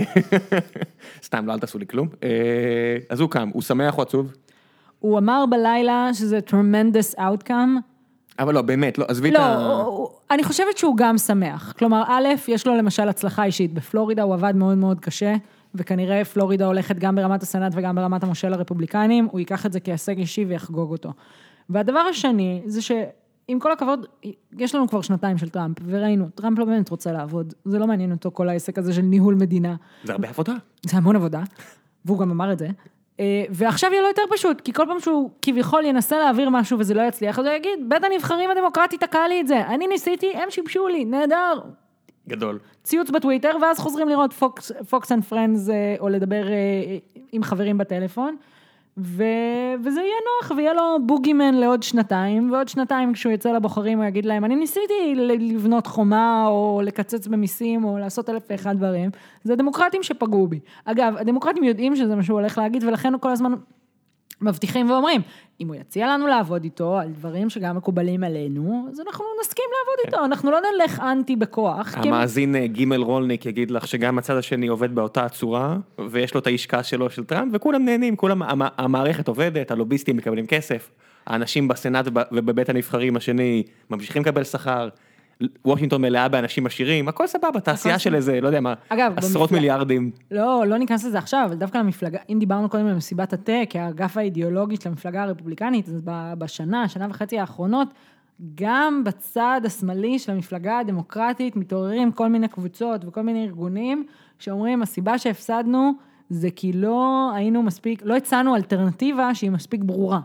סתם, לא אל תעשו לי כלום. אז הוא קם, הוא שמח או עצוב? הוא אמר בלילה שזה tremendous outcome. אבל לא, באמת, לא, עזבי את ה... לא, אני חושבת שהוא גם שמח. כלומר, א', יש לו למשל הצלחה אישית. בפלורידה הוא עבד מאוד מאוד קשה, וכנראה פלורידה הולכת גם ברמת הסנאט וגם ברמת המושל הרפובליקנים, הוא ייקח את זה כהישג אישי ויחגוג אותו. והדבר השני, זה שעם כל הכבוד, יש לנו כבר שנתיים של טראמפ, וראינו, טראמפ לא באמת רוצה לעבוד. זה לא מעניין אותו כל העסק הזה של ניהול מדינה. זה הרבה עבודה. זה המון עבודה, והוא גם אמר את זה. ועכשיו יהיה לו יותר פשוט, כי כל פעם שהוא כביכול ינסה להעביר משהו וזה לא יצליח, אז הוא יגיד, בית הנבחרים הדמוקרטי תקע לי את זה, אני ניסיתי, הם שיבשו לי, נהדר. גדול. ציוץ בטוויטר, ואז חוזרים לראות פוקס, פוקס אנד פרנדס, או לדבר עם חברים בטלפון, ו... וזה יהיה נוח, ויהיה לו בוגימן לעוד שנתיים, ועוד שנתיים כשהוא יצא לבוחרים, הוא יגיד להם, אני ניסיתי לבנות חומה, או לקצץ במיסים, או לעשות אלף ואחד דברים, זה דמוקרטים שפגעו בי. אגב, הדמוקרטים יודעים שזה מה שהוא הולך להגיד, ולכן הוא כל הזמן מבטיחים ואומרים, אם הוא יציע לנו לעבוד איתו, על דברים שגם מקובלים עלינו, אז אנחנו נסכים לעבוד איתו, אנחנו לא נלך אנטי בכוח. המאזין גימל רולניק יגיד לך שגם הצד השני עובד באותה הצורה, ויש לו את האישקה שלו של טראמפ, וכולם נהנים, כולם, המערכת עובדת, הלוביסטים מקבלים כסף, האנשים בסנאט ובבית הנבחרים השני ממשיכים לקבל שכר, וושינגטון מלאה באנשים עשירים, הכל סבבה, תעשייה של איזה, לא יודע מה, עשרות מיליארדים. לא, לא ניכנס לזה עכשיו, אבל דווקא למפלגה, אם דיברנו קודם על מסיבת התה, כאגף האידיאולוגית של המפלגה הרפובליקנית, אז בשנה, שנה וחצי האחרונות, גם בצד השמאלי של המפלגה הדמוקרטית, מתעוררים כל מיני קבוצות וכל מיני ארגונים, שאומרים, הסיבה שהפסדנו, זה כי לא היינו מספיק, לא הצענו אלטרנטיבה שהיא מספיק ברורה.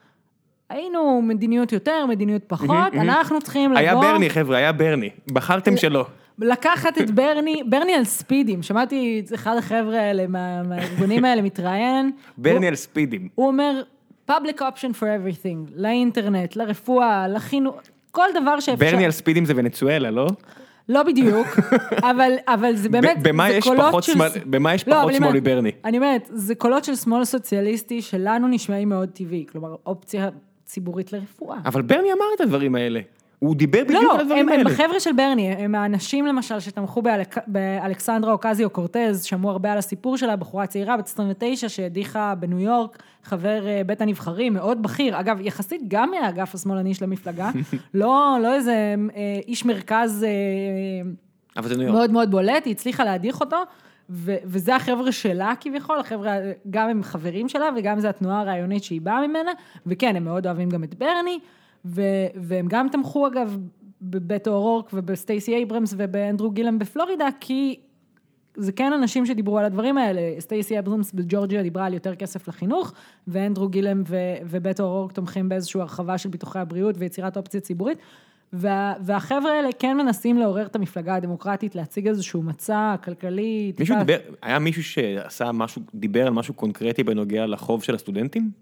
היינו מדיניות יותר, מדיניות פחות, אנחנו צריכים לבוא... היה ברני, חבר'ה, היה ברני. בחרתם שלא. לקחת את ברני, ברני על ספידים. שמעתי את אחד החבר'ה האלה, מהארגונים האלה, מתראיין. ברני על ספידים. הוא אומר, public option for everything, לאינטרנט, לרפואה, לחינוך, כל דבר שאפשר... ברני על ספידים זה ונצואלה, לא? לא בדיוק, אבל, אבל זה באמת, במה יש פחות שמאל, במה יש פחות שמאל מברני? אני אומרת, זה קולות של שמאל סוציאליסטי, שלנו נשמעים מאוד טבעי, כלומר, אופציה ציבורית לרפואה. אבל ברני אמר את הדברים האלה. הוא דיבר בדיוק לא, על הדברים לא, האלה. הם בחבר'ה של ברני, הם האנשים למשל שתמכו באלק... באלכסנדרה אוקזיו קורטז, שמעו הרבה על הסיפור שלה, בחורה צעירה בת עשרים ותשע, שהדיחה בניו יורק, חבר בית הנבחרים, מאוד בכיר, אגב, יחסית גם מהאגף השמאלני של המפלגה, לא, לא איזה איש מרכז אבל זה ניו יורק. מאוד מאוד בולט, היא הצליחה להדיח אותו, ו- וזה החבר'ה שלה כביכול, החבר'ה גם הם חברים שלה, וגם זה התנועה הרעיונית שהיא באה ממנה, וכן, הם מאוד אוהבים גם את ברני, ו- והם גם תמכו אגב בבית אורורק ובסטייסי אייברמס ובאנדרו גילם בפלורידה, כי זה כן אנשים שדיברו על הדברים האלה, סטייסי אייברמס בג'ורג'יה דיברה על יותר כסף לחינוך, ואנדרו גילם ו- ובית אורורק תומכים באיזושהי הרחבה של ביטוחי הבריאות ויצירת אופציה ציבורית, וה, והחבר'ה האלה כן מנסים לעורר את המפלגה הדמוקרטית, להציג איזשהו מצע כלכלי. מישהו דיבר, היה מישהו שעשה משהו, דיבר על משהו קונקרטי בנוגע לחוב של הסטודנטים?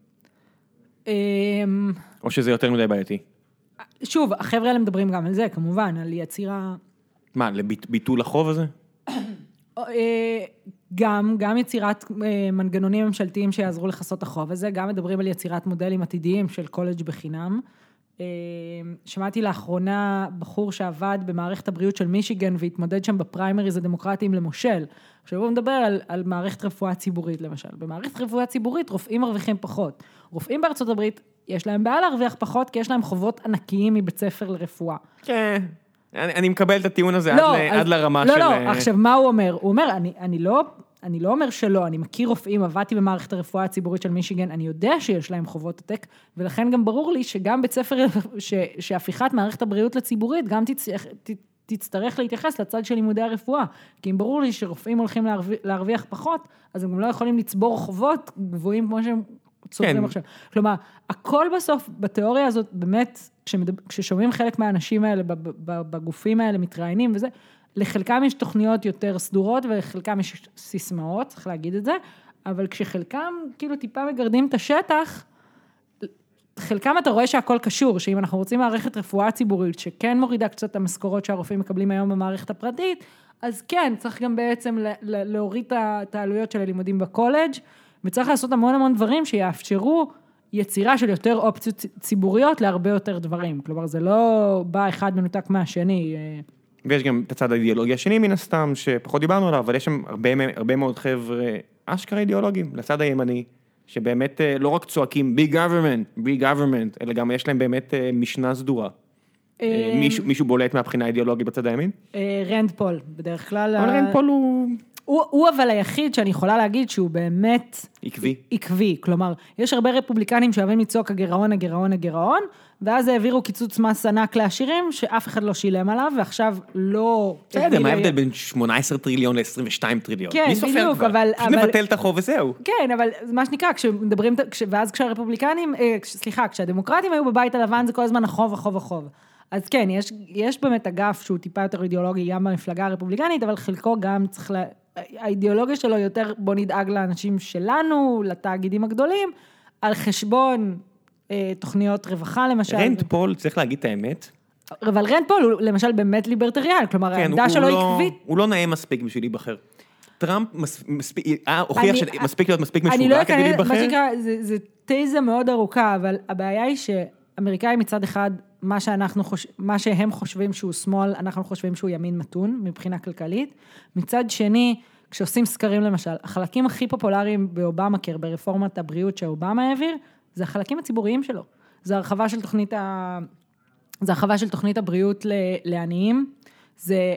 או שזה יותר מדי בעייתי? שוב, החבר'ה האלה מדברים גם על זה, כמובן, על יצירה... מה, לביטול החוב הזה? גם, גם יצירת מנגנונים ממשלתיים שיעזרו לחסות החוב הזה, גם מדברים על יצירת מודלים עתידיים של קולג' בחינם. שמעתי לאחרונה בחור שעבד במערכת הבריאות של מישיגן והתמודד שם בפריימריז הדמוקרטיים למושל. עכשיו הוא מדבר על, על מערכת רפואה ציבורית למשל. במערכת רפואה ציבורית רופאים מרוויחים פחות. רופאים בארצות הברית יש להם בעיה להרוויח פחות כי יש להם חובות ענקיים מבית ספר לרפואה. כן, אני, אני מקבל את הטיעון הזה לא, עד, אז, עד לרמה לא, של... לא, לא, עכשיו מה הוא אומר? הוא אומר, אני, אני לא... אני לא אומר שלא, אני מכיר רופאים, עבדתי במערכת הרפואה הציבורית של מישיגן, אני יודע שיש להם חובות עתק, ולכן גם ברור לי שגם בית ספר, ש, שהפיכת מערכת הבריאות לציבורית, גם תצטרך, תצטרך להתייחס לצד של לימודי הרפואה, כי אם ברור לי שרופאים הולכים להרוויח, להרוויח פחות, אז הם גם לא יכולים לצבור חובות גבוהים כמו שהם צוברים כן. עכשיו. כלומר, הכל בסוף, בתיאוריה הזאת, באמת, כששומעים חלק מהאנשים האלה, בגופים האלה, מתראיינים וזה, לחלקם יש תוכניות יותר סדורות, ולחלקם יש סיסמאות, צריך להגיד את זה, אבל כשחלקם כאילו טיפה מגרדים את השטח, חלקם אתה רואה שהכל קשור, שאם אנחנו רוצים מערכת רפואה ציבורית, שכן מורידה קצת את המשכורות שהרופאים מקבלים היום במערכת הפרטית, אז כן, צריך גם בעצם להוריד את העלויות של הלימודים בקולג', וצריך לעשות המון המון דברים שיאפשרו יצירה של יותר אופציות ציבוריות להרבה יותר דברים. כלומר, זה לא בא אחד מנותק מהשני. ויש גם את הצד האידיאולוגיה השני מן הסתם, שפחות דיברנו עליו, אבל יש שם הרבה, הרבה מאוד חבר'ה אשכרה אידיאולוגים, לצד הימני, שבאמת לא רק צועקים big government, big government, אלא גם יש להם באמת משנה סדורה. מישהו, מישהו בולט מהבחינה האידיאולוגית בצד הימין? רנד פול, בדרך כלל... אבל רנד פול הוא... הוא, הוא אבל היחיד שאני יכולה להגיד שהוא באמת... עקבי. עקבי, כלומר, יש הרבה רפובליקנים שאוהבים לצעוק הגירעון, הגירעון, הגירעון, ואז העבירו קיצוץ מס ענק לעשירים, שאף אחד לא שילם עליו, ועכשיו לא... בסדר, מה ההבדל בין שמונה עשרה טריליון ל-עשרים ושתיים טריליון? כן, בדיוק, אבל... פשוט נבטל את החוב וזהו. כן, אבל מה שנקרא, כשמדברים, ואז כשהרפובליקנים, סליחה, כשהדמוקרטים היו בבית הלבן, זה כל הזמן החוב, החוב, החוב. אז כן, יש, יש באמת אגף שהוא טיפה יותר אידיאולוגי, גם במפלגה הרפובליקנית, אבל חלקו גם צריך לה... האידיאולוגיה שלו יותר, בוא נדאג לאנשים שלנו, לתאגידים הגדולים, על חשבון אה, תוכניות רווחה, למשל. רנד פול, צריך להגיד את האמת. אבל רנד פול הוא למשל באמת ליברטריאן, כלומר, כן, העמדה שלו לא, עקבית. הוא לא נאה מספיק בשביל להיבחר. טראמפ מס, מספיק, אה, הוכיח שמספיק להיות מספיק משוגע לא כדי להיבחר. מה שנקרא, זה, זה תזה מאוד ארוכה, אבל הבעיה היא שאמריקאים מצד אחד, מה שאנחנו חוש... מה שהם חושבים שהוא שמאל, אנחנו חושבים שהוא ימין מתון, מבחינה כלכלית. מצד שני, כשעושים סקרים למשל, החלקים הכי פופולריים באובמה-קר, ברפורמת הבריאות שאובמה העביר, זה החלקים הציבוריים שלו. זה הרחבה של תוכנית, ה... זה הרחבה של תוכנית הבריאות לעניים, זה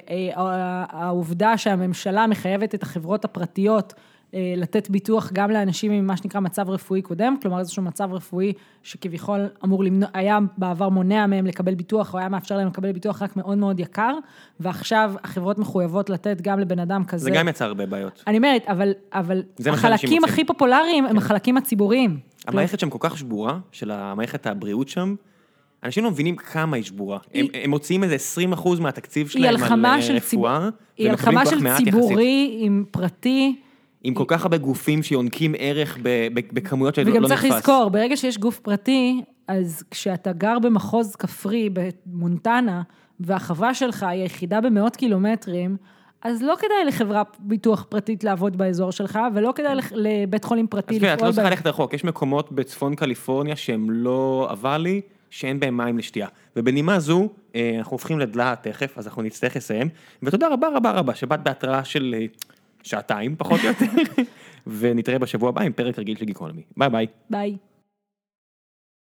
העובדה שהממשלה מחייבת את החברות הפרטיות לתת ביטוח גם לאנשים עם מה שנקרא מצב רפואי קודם, כלומר איזשהו מצב רפואי שכביכול אמור למנוע, היה בעבר מונע מהם לקבל ביטוח, או היה מאפשר להם לקבל ביטוח רק מאוד מאוד יקר, ועכשיו החברות מחויבות לתת גם לבן אדם כזה. זה גם יצר הרבה בעיות. אני אומרת, אבל, אבל החלקים הכי פופולריים הם החלקים הציבוריים. המערכת שם כל כך שבורה, של המערכת הבריאות שם, אנשים לא מבינים כמה היא שבורה. הם, הם מוציאים איזה עשרים אחוז מהתקציב שלהם על רפואה, היא הלחמה של ציבורי עם פרטי, עם כל כך הרבה גופים שיונקים ערך בכמויות שלא נתפס. וגם צריך לזכור, ברגע שיש גוף פרטי, אז כשאתה גר במחוז כפרי במונטנה, והחווה שלך היא היחידה במאות קילומטרים, אז לא כדאי לחברה ביטוח פרטית לעבוד באזור שלך, ולא כדאי לבית חולים פרטי לפעול. אז את לא צריכה ללכת רחוק, יש מקומות בצפון קליפורניה שהם לא אבלי, שאין בהם מים לשתייה. ובנימה זו, אנחנו הופכים לדלה תכף, אז אנחנו נצטרך לסיים, ותודה רבה רבה רבה, שבאת בהתראה של שעתיים, פחות או יותר, ונתראה בשבוע הבא עם פרק רגיל של גיקונומי. ביי ביי. ביי.